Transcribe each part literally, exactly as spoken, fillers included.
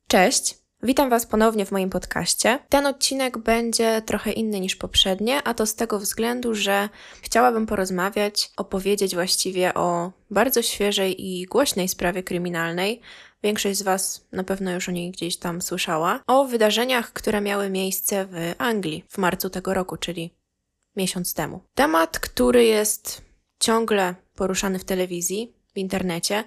Cześć, witam Was ponownie w moim podcaście. Ten odcinek będzie trochę inny niż poprzednie, a to z tego względu, że chciałabym porozmawiać, opowiedzieć właściwie o bardzo świeżej i głośnej sprawie kryminalnej. Większość z Was na pewno już o niej gdzieś tam słyszała. O wydarzeniach, które miały miejsce w Anglii w marcu tego roku, czyli miesiąc temu. Temat, który jest ciągle poruszany w telewizji, w internecie,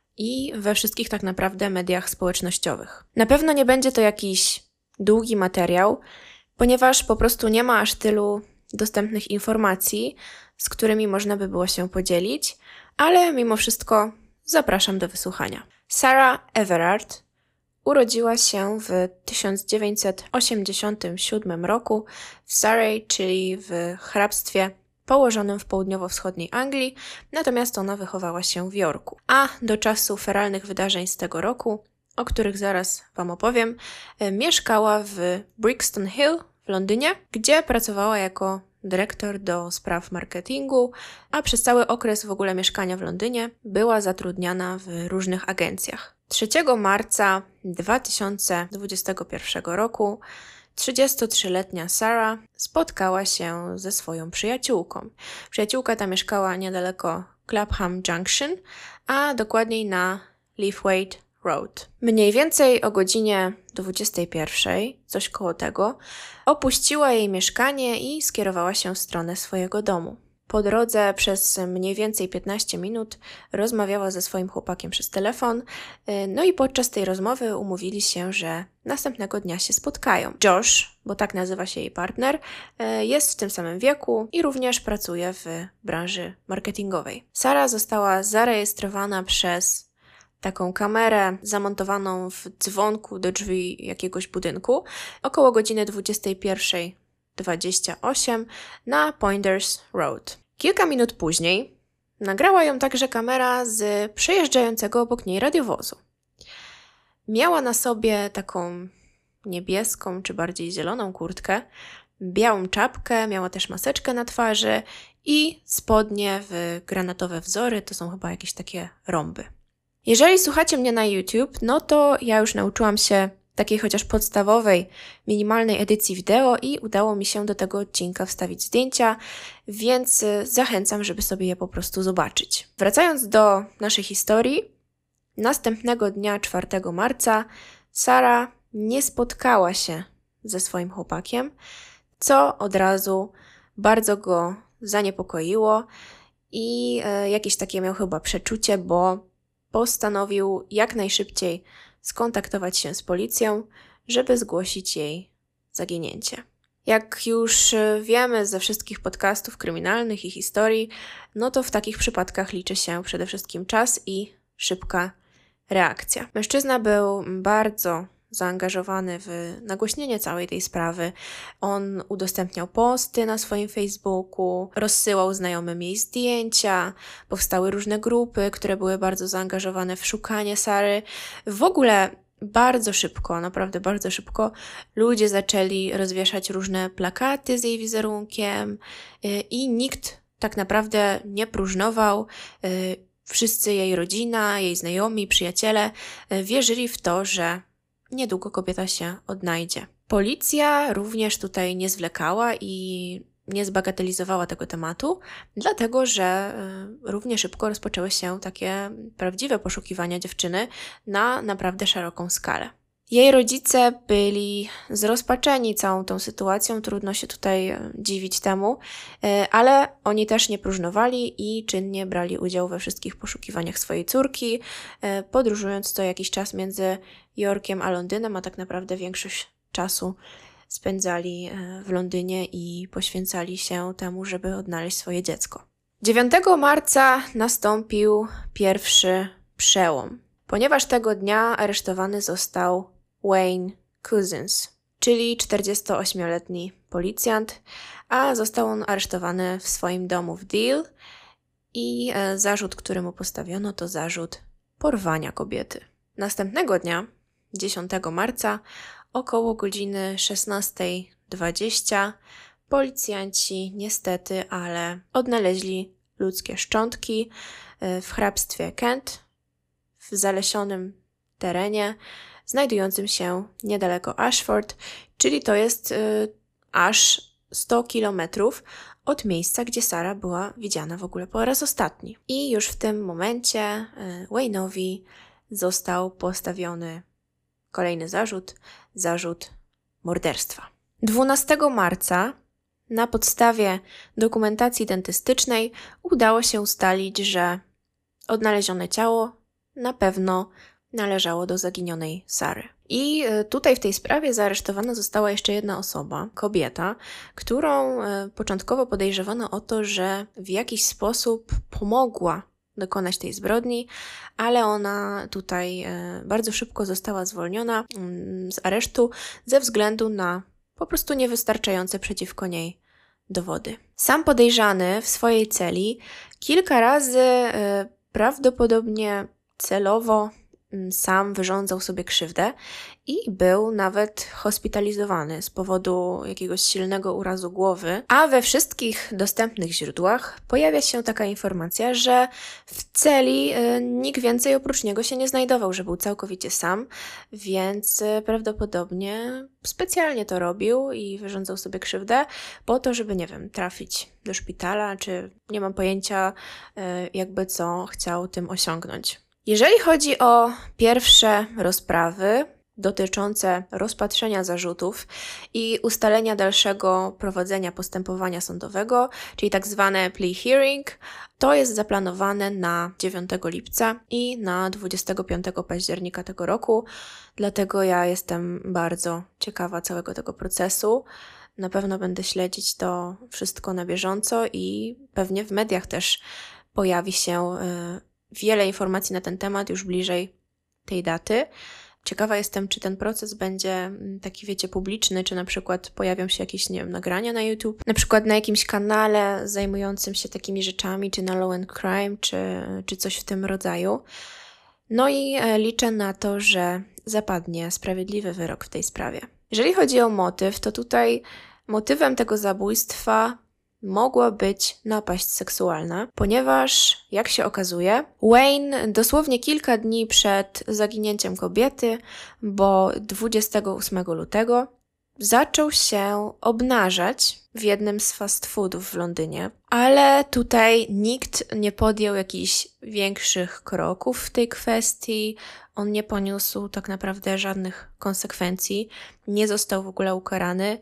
i we wszystkich tak naprawdę mediach społecznościowych. Na pewno nie będzie to jakiś długi materiał, ponieważ po prostu nie ma aż tylu dostępnych informacji, z którymi można by było się podzielić, ale mimo wszystko zapraszam do wysłuchania. Sarah Everard urodziła się w tysiąc dziewięćset osiemdziesiątym siódmym roku w Surrey, czyli w hrabstwie położonym w południowo-wschodniej Anglii, natomiast ona wychowała się w Yorku. A do czasu feralnych wydarzeń z tego roku, o których zaraz Wam opowiem, mieszkała w Brixton Hill w Londynie, gdzie pracowała jako dyrektor do spraw marketingu, a przez cały okres w ogóle mieszkania w Londynie była zatrudniana w różnych agencjach. trzeciego marca dwa tysiące dwudziestego pierwszego roku trzydziestotrzyletnia Sarah spotkała się ze swoją przyjaciółką. Przyjaciółka ta mieszkała niedaleko Clapham Junction, a dokładniej na Leithwaite Road. Mniej więcej o godzinie dwudziestej pierwszej, coś koło tego, opuściła jej mieszkanie i skierowała się w stronę swojego domu. Po drodze przez mniej więcej piętnaście minut rozmawiała ze swoim chłopakiem przez telefon, no i podczas tej rozmowy umówili się, że następnego dnia się spotkają. Josh, bo tak nazywa się jej partner, jest w tym samym wieku i również pracuje w branży marketingowej. Sarah została zarejestrowana przez taką kamerę zamontowaną w dzwonku do drzwi jakiegoś budynku około godziny dwudziestej pierwszej dwadzieścia osiem na Poinders Road. Kilka minut później nagrała ją także kamera z przejeżdżającego obok niej radiowozu. Miała na sobie taką niebieską czy bardziej zieloną kurtkę, białą czapkę, miała też maseczkę na twarzy i spodnie w granatowe wzory, to są chyba jakieś takie rąby. Jeżeli słuchacie mnie na YouTube, no to ja już nauczyłam się takiej chociaż podstawowej, minimalnej edycji wideo i udało mi się do tego odcinka wstawić zdjęcia, więc zachęcam, żeby sobie je po prostu zobaczyć. Wracając do naszej historii, następnego dnia, czwartego marca, Sarah nie spotkała się ze swoim chłopakiem, co od razu bardzo go zaniepokoiło i e, jakieś takie miał chyba przeczucie, bo postanowił jak najszybciej skontaktować się z policją, żeby zgłosić jej zaginięcie. Jak już wiemy ze wszystkich podcastów kryminalnych i historii, no to w takich przypadkach liczy się przede wszystkim czas i szybka reakcja. Mężczyzna był bardzo zaangażowany w nagłośnienie całej tej sprawy. On udostępniał posty na swoim Facebooku, rozsyłał znajomym jej zdjęcia, powstały różne grupy, które były bardzo zaangażowane w szukanie Sary. W ogóle bardzo szybko, naprawdę bardzo szybko ludzie zaczęli rozwieszać różne plakaty z jej wizerunkiem i nikt tak naprawdę nie próżnował. Wszyscy jej rodzina, jej znajomi, przyjaciele wierzyli w to, że niedługo kobieta się odnajdzie. Policja również tutaj nie zwlekała i nie zbagatelizowała tego tematu, dlatego że równie szybko rozpoczęły się takie prawdziwe poszukiwania dziewczyny na naprawdę szeroką skalę. Jej rodzice byli zrozpaczeni całą tą sytuacją, trudno się tutaj dziwić temu, ale oni też nie próżnowali i czynnie brali udział we wszystkich poszukiwaniach swojej córki, podróżując co jakiś czas między Yorkiem a Londynem, a tak naprawdę większość czasu spędzali w Londynie i poświęcali się temu, żeby odnaleźć swoje dziecko. dziewiątego marca nastąpił pierwszy przełom, ponieważ tego dnia aresztowany został Wayne Couzens, czyli czterdziestoośmioletni policjant, a został on aresztowany w swoim domu w Deal i zarzut, który mu postawiono, to zarzut porwania kobiety. Następnego dnia, dziesiątego marca, około godziny szesnasta dwadzieścia, policjanci niestety, ale odnaleźli ludzkie szczątki w hrabstwie Kent, w zalesionym terenie, znajdującym się niedaleko Ashford, czyli to jest y, aż sto kilometrów od miejsca, gdzie Sarah była widziana w ogóle po raz ostatni. I już w tym momencie y, Wayne'owi został postawiony kolejny zarzut, zarzut morderstwa. dwunastego marca na podstawie dokumentacji dentystycznej udało się ustalić, że odnalezione ciało na pewno należało do zaginionej Sary. I tutaj w tej sprawie zaaresztowana została jeszcze jedna osoba, kobieta, którą początkowo podejrzewano o to, że w jakiś sposób pomogła dokonać tej zbrodni, ale ona tutaj bardzo szybko została zwolniona z aresztu ze względu na po prostu niewystarczające przeciwko niej dowody. Sam podejrzany w swojej celi kilka razy prawdopodobnie celowo sam wyrządzał sobie krzywdę i był nawet hospitalizowany z powodu jakiegoś silnego urazu głowy, a we wszystkich dostępnych źródłach pojawia się taka informacja, że w celi nikt więcej oprócz niego się nie znajdował, że był całkowicie sam, więc prawdopodobnie specjalnie to robił i wyrządzał sobie krzywdę po to, żeby, nie wiem, trafić do szpitala, czy nie mam pojęcia jakby co chciał tym osiągnąć. Jeżeli chodzi o pierwsze rozprawy dotyczące rozpatrzenia zarzutów i ustalenia dalszego prowadzenia postępowania sądowego, czyli tak zwane plea hearing, to jest zaplanowane na dziewiątego lipca i na dwudziestego piątego października tego roku, dlatego ja jestem bardzo ciekawa całego tego procesu. Na pewno będę śledzić to wszystko na bieżąco i pewnie w mediach też pojawi się yy, wiele informacji na ten temat już bliżej tej daty. Ciekawa jestem, czy ten proces będzie taki, wiecie, publiczny, czy na przykład pojawią się jakieś, nie wiem, nagrania na YouTube, na przykład na jakimś kanale zajmującym się takimi rzeczami, czy na Law and Crime, czy, czy coś w tym rodzaju. No i liczę na to, że zapadnie sprawiedliwy wyrok w tej sprawie. Jeżeli chodzi o motyw, to tutaj motywem tego zabójstwa mogła być napaść seksualna, ponieważ, jak się okazuje, Wayne dosłownie kilka dni przed zaginięciem kobiety, bo dwudziestego ósmego lutego, zaczął się obnażać w jednym z fast foodów w Londynie, ale tutaj nikt nie podjął jakichś większych kroków w tej kwestii, on nie poniósł tak naprawdę żadnych konsekwencji, nie został w ogóle ukarany.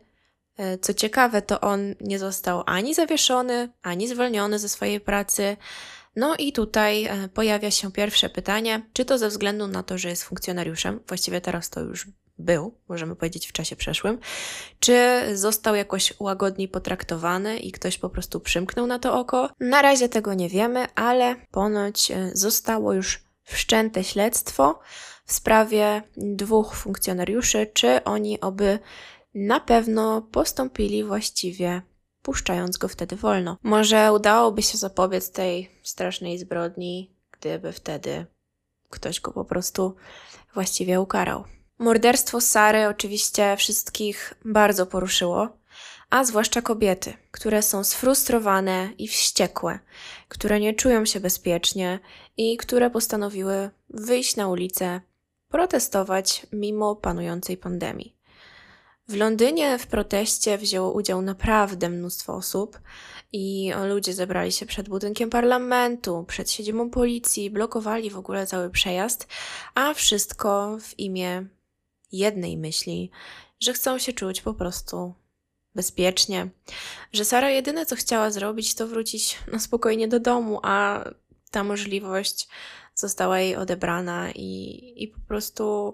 Co ciekawe, to on nie został ani zawieszony, ani zwolniony ze swojej pracy. No i tutaj pojawia się pierwsze pytanie, czy to ze względu na to, że jest funkcjonariuszem, właściwie teraz to już był, możemy powiedzieć w czasie przeszłym, czy został jakoś łagodniej potraktowany i ktoś po prostu przymknął na to oko. Na razie tego nie wiemy, ale ponoć zostało już wszczęte śledztwo w sprawie dwóch funkcjonariuszy, czy oni oby na pewno postąpili właściwie, puszczając go wtedy wolno. Może udałoby się zapobiec tej strasznej zbrodni, gdyby wtedy ktoś go po prostu właściwie ukarał. Morderstwo Sary oczywiście wszystkich bardzo poruszyło, a zwłaszcza kobiety, które są sfrustrowane i wściekłe, które nie czują się bezpiecznie i które postanowiły wyjść na ulicę, protestować mimo panującej pandemii. W Londynie w proteście wzięło udział naprawdę mnóstwo osób i ludzie zebrali się przed budynkiem parlamentu, przed siedzibą policji, blokowali w ogóle cały przejazd, a wszystko w imię jednej myśli, że chcą się czuć po prostu bezpiecznie, że Sara jedyne co chciała zrobić to wrócić na spokojnie do domu, a ta możliwość została jej odebrana i, i po prostu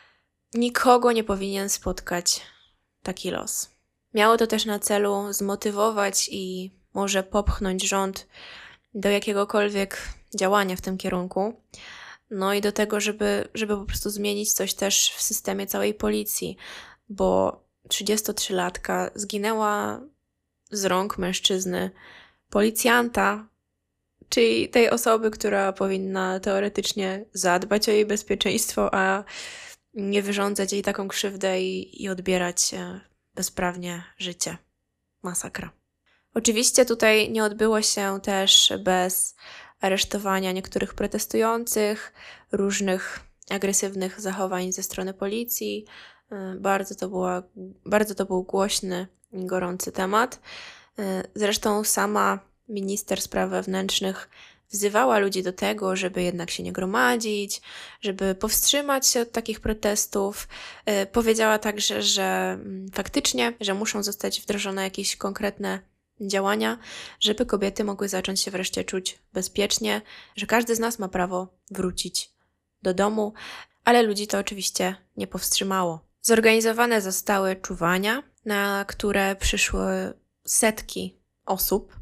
nikogo nie powinien spotkać taki los. Miało to też na celu zmotywować i może popchnąć rząd do jakiegokolwiek działania w tym kierunku. No i do tego, żeby, żeby po prostu zmienić coś też w systemie całej policji, bo trzydziestotrzylatka zginęła z rąk mężczyzny, policjanta, czyli tej osoby, która powinna teoretycznie zadbać o jej bezpieczeństwo, a nie wyrządzać jej taką krzywdę i, i odbierać bezprawnie życie. Masakra. Oczywiście tutaj nie odbyło się też bez aresztowania niektórych protestujących, różnych agresywnych zachowań ze strony policji. Bardzo to, była, bardzo to był głośny i gorący temat. Zresztą sama minister spraw wewnętrznych wzywała ludzi do tego, żeby jednak się nie gromadzić, żeby powstrzymać się od takich protestów. Powiedziała także, że faktycznie, że muszą zostać wdrożone jakieś konkretne działania, żeby kobiety mogły zacząć się wreszcie czuć bezpiecznie, że każdy z nas ma prawo wrócić do domu, ale ludzi to oczywiście nie powstrzymało. Zorganizowane zostały czuwania, na które przyszły setki osób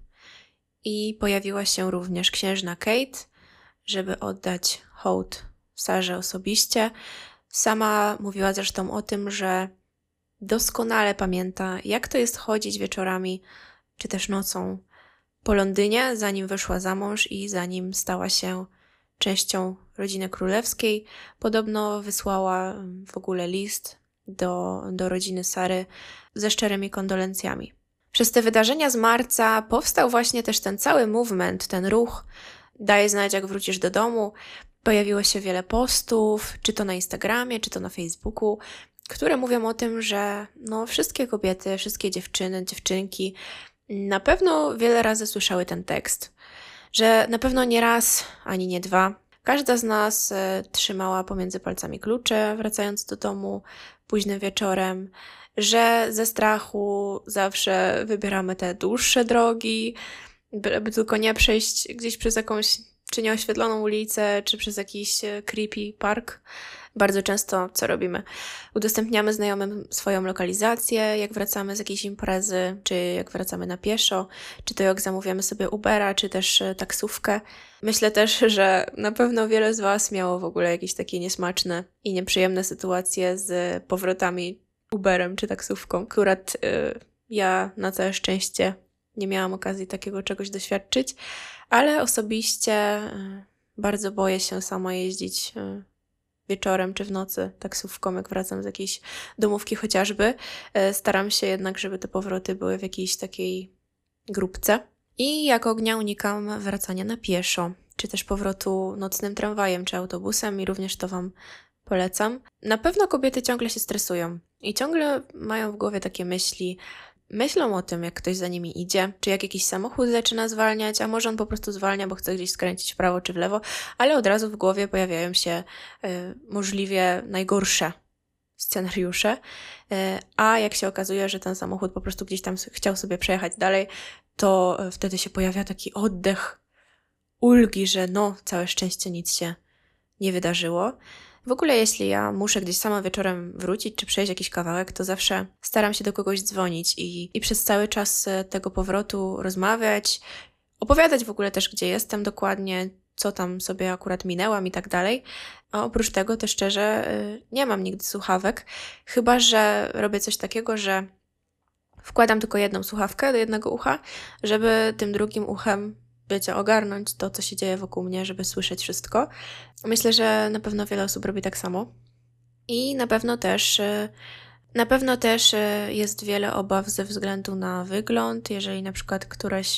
i pojawiła się również księżna Kate, żeby oddać hołd Sarze osobiście. Sama mówiła zresztą o tym, że doskonale pamięta, jak to jest chodzić wieczorami czy też nocą po Londynie, zanim wyszła za mąż i zanim stała się częścią rodziny królewskiej. Podobno wysłała w ogóle list do, do rodziny Sary ze szczerymi kondolencjami. Przez te wydarzenia z marca powstał właśnie też ten cały movement, ten ruch Daj znać, jak wrócisz do domu. Pojawiło się wiele postów, czy to na Instagramie, czy to na Facebooku, które mówią o tym, że no, wszystkie kobiety, wszystkie dziewczyny, dziewczynki na pewno wiele razy słyszały ten tekst, że na pewno nie raz, ani nie dwa. Każda z nas e, trzymała pomiędzy palcami klucze, wracając do domu późnym wieczorem, że ze strachu zawsze wybieramy te dłuższe drogi, by tylko nie przejść gdzieś przez jakąś czy nieoświetloną ulicę, czy przez jakiś creepy park. Bardzo często co robimy? Udostępniamy znajomym swoją lokalizację, jak wracamy z jakiejś imprezy, czy jak wracamy na pieszo, czy to jak zamawiamy sobie Ubera, czy też taksówkę. Myślę też, że na pewno wiele z Was miało w ogóle jakieś takie niesmaczne i nieprzyjemne sytuacje z powrotami Uberem czy taksówką. Akurat yy, ja na całe szczęście nie miałam okazji takiego czegoś doświadczyć, ale osobiście yy, bardzo boję się sama jeździć yy, wieczorem czy w nocy taksówką, jak wracam z jakiejś domówki chociażby. Staram się jednak, żeby te powroty były w jakiejś takiej grupce. I jak ognia unikam wracania na pieszo, czy też powrotu nocnym tramwajem czy autobusem i również to Wam polecam. Na pewno kobiety ciągle się stresują i ciągle mają w głowie takie myśli, myślą o tym, jak ktoś za nimi idzie, czy jak jakiś samochód zaczyna zwalniać, a może on po prostu zwalnia, bo chce gdzieś skręcić w prawo czy w lewo, ale od razu w głowie pojawiają się y, możliwie najgorsze scenariusze, y, a jak się okazuje, że ten samochód po prostu gdzieś tam chciał sobie przejechać dalej, to y, wtedy się pojawia taki oddech ulgi, że no, całe szczęście nic się nie wydarzyło. W ogóle jeśli ja muszę gdzieś sama wieczorem wrócić czy przejść jakiś kawałek, to zawsze staram się do kogoś dzwonić i, i przez cały czas tego powrotu rozmawiać, opowiadać w ogóle też, gdzie jestem dokładnie, co tam sobie akurat minęłam i tak dalej. A oprócz tego też szczerze nie mam nigdy słuchawek, chyba że robię coś takiego, że wkładam tylko jedną słuchawkę do jednego ucha, żeby tym drugim uchem wiecie, ogarnąć to, co się dzieje wokół mnie, żeby słyszeć wszystko. Myślę, że na pewno wiele osób robi tak samo. I na pewno też, na pewno też jest wiele obaw ze względu na wygląd. Jeżeli na przykład któraś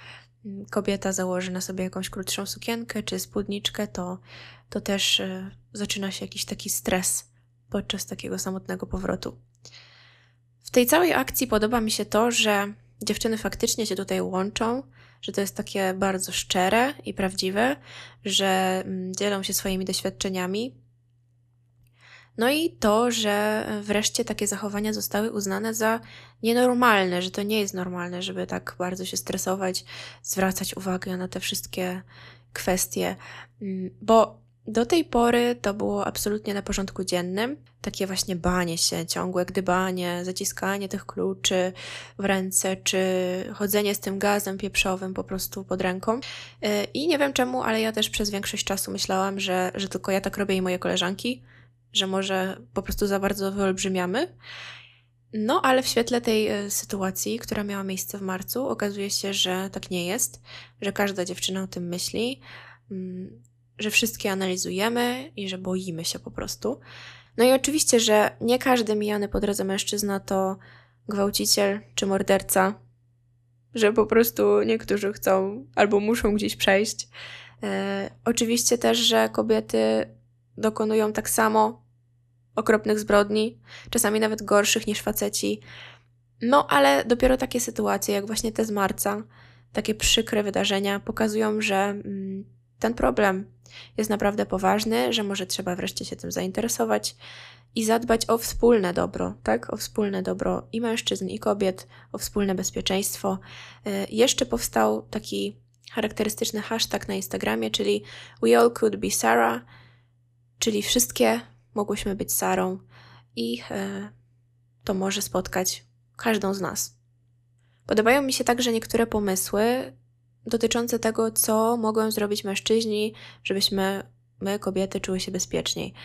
kobieta założy na sobie jakąś krótszą sukienkę czy spódniczkę, to, to też zaczyna się jakiś taki stres podczas takiego samotnego powrotu. W tej całej akcji podoba mi się to, że dziewczyny faktycznie się tutaj łączą, że to jest takie bardzo szczere i prawdziwe, że dzielą się swoimi doświadczeniami. No i to, że wreszcie takie zachowania zostały uznane za nienormalne, że to nie jest normalne, żeby tak bardzo się stresować, zwracać uwagę na te wszystkie kwestie, bo do tej pory to było absolutnie na porządku dziennym, takie właśnie banie się, ciągłe gdybanie, zaciskanie tych kluczy w ręce, czy chodzenie z tym gazem pieprzowym po prostu pod ręką. I nie wiem czemu, ale ja też przez większość czasu myślałam, że, że tylko ja tak robię i moje koleżanki, że może po prostu za bardzo wyolbrzymiamy. No, ale w świetle tej sytuacji, która miała miejsce w marcu, okazuje się, że tak nie jest, że każda dziewczyna o tym myśli, że wszystkie analizujemy i że boimy się po prostu. No i oczywiście, że nie każdy mijany po drodze mężczyzna to gwałciciel czy morderca, że po prostu niektórzy chcą albo muszą gdzieś przejść. E, oczywiście też, że kobiety dokonują tak samo okropnych zbrodni, czasami nawet gorszych niż faceci. No ale dopiero takie sytuacje, jak właśnie te z marca, takie przykre wydarzenia pokazują, że mm, ten problem jest naprawdę poważny, że może trzeba wreszcie się tym zainteresować i zadbać o wspólne dobro, tak? O wspólne dobro i mężczyzn, i kobiet, o wspólne bezpieczeństwo. Yy, jeszcze powstał taki charakterystyczny hashtag na Instagramie, czyli We all could be Sarah, czyli wszystkie mogłyśmy być Sarą i yy, to może spotkać każdą z nas. Podobają mi się także niektóre pomysły dotyczące tego, co mogą zrobić mężczyźni, żebyśmy, my kobiety, czuły się bezpieczniej.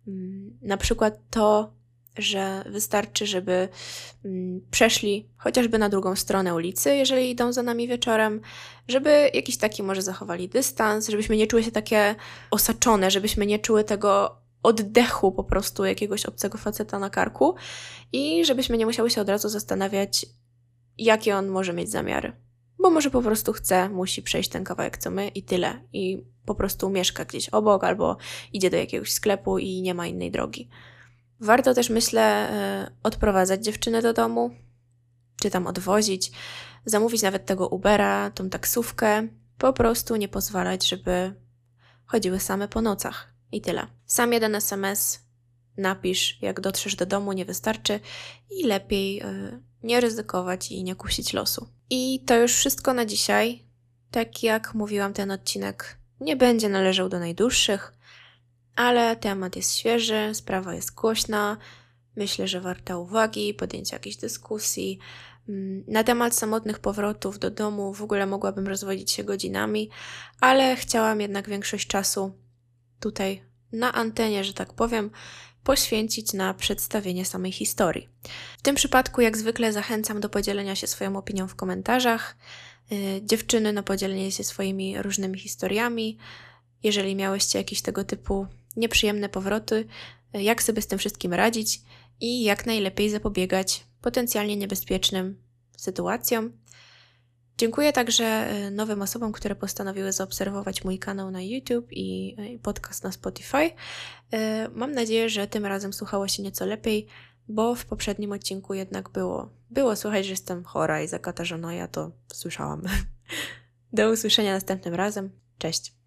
Na przykład to, że wystarczy, żeby przeszli chociażby na drugą stronę ulicy, jeżeli idą za nami wieczorem, żeby jakiś taki może zachowali dystans, żebyśmy nie czuły się takie osaczone, żebyśmy nie czuły tego oddechu po prostu jakiegoś obcego faceta na karku i żebyśmy nie musiały się od razu zastanawiać, jakie on może mieć zamiary. Bo może po prostu chce, musi przejść ten kawałek co my i tyle. I po prostu mieszka gdzieś obok albo idzie do jakiegoś sklepu i nie ma innej drogi. Warto też, myślę, odprowadzać dziewczyny do domu, czy tam odwozić, zamówić nawet tego Ubera, tą taksówkę, po prostu nie pozwalać, żeby chodziły same po nocach i tyle. Sam jeden es em es napisz, jak dotrzesz do domu, nie wystarczy i lepiej yy, nie ryzykować i nie kusić losu. I to już wszystko na dzisiaj. Tak jak mówiłam, ten odcinek nie będzie należał do najdłuższych, ale temat jest świeży, sprawa jest głośna. Myślę, że warta uwagi, podjęcia jakiejś dyskusji. Na temat samotnych powrotów do domu w ogóle mogłabym rozwodzić się godzinami, ale chciałam jednak większość czasu tutaj na antenie, że tak powiem, poświęcić na przedstawienie samej historii. W tym przypadku jak zwykle zachęcam do podzielenia się swoją opinią w komentarzach. Yy, dziewczyny na podzielenie się swoimi różnymi historiami. Jeżeli miałyście jakieś tego typu nieprzyjemne powroty, yy, jak sobie z tym wszystkim radzić i jak najlepiej zapobiegać potencjalnie niebezpiecznym sytuacjom. Dziękuję także nowym osobom, które postanowiły zaobserwować mój kanał na YouTube i podcast na Spotify. Mam nadzieję, że tym razem słuchało się nieco lepiej, bo w poprzednim odcinku jednak było, było słychać, że jestem chora i zakatarzona, ja to słyszałam. Do usłyszenia następnym razem. Cześć!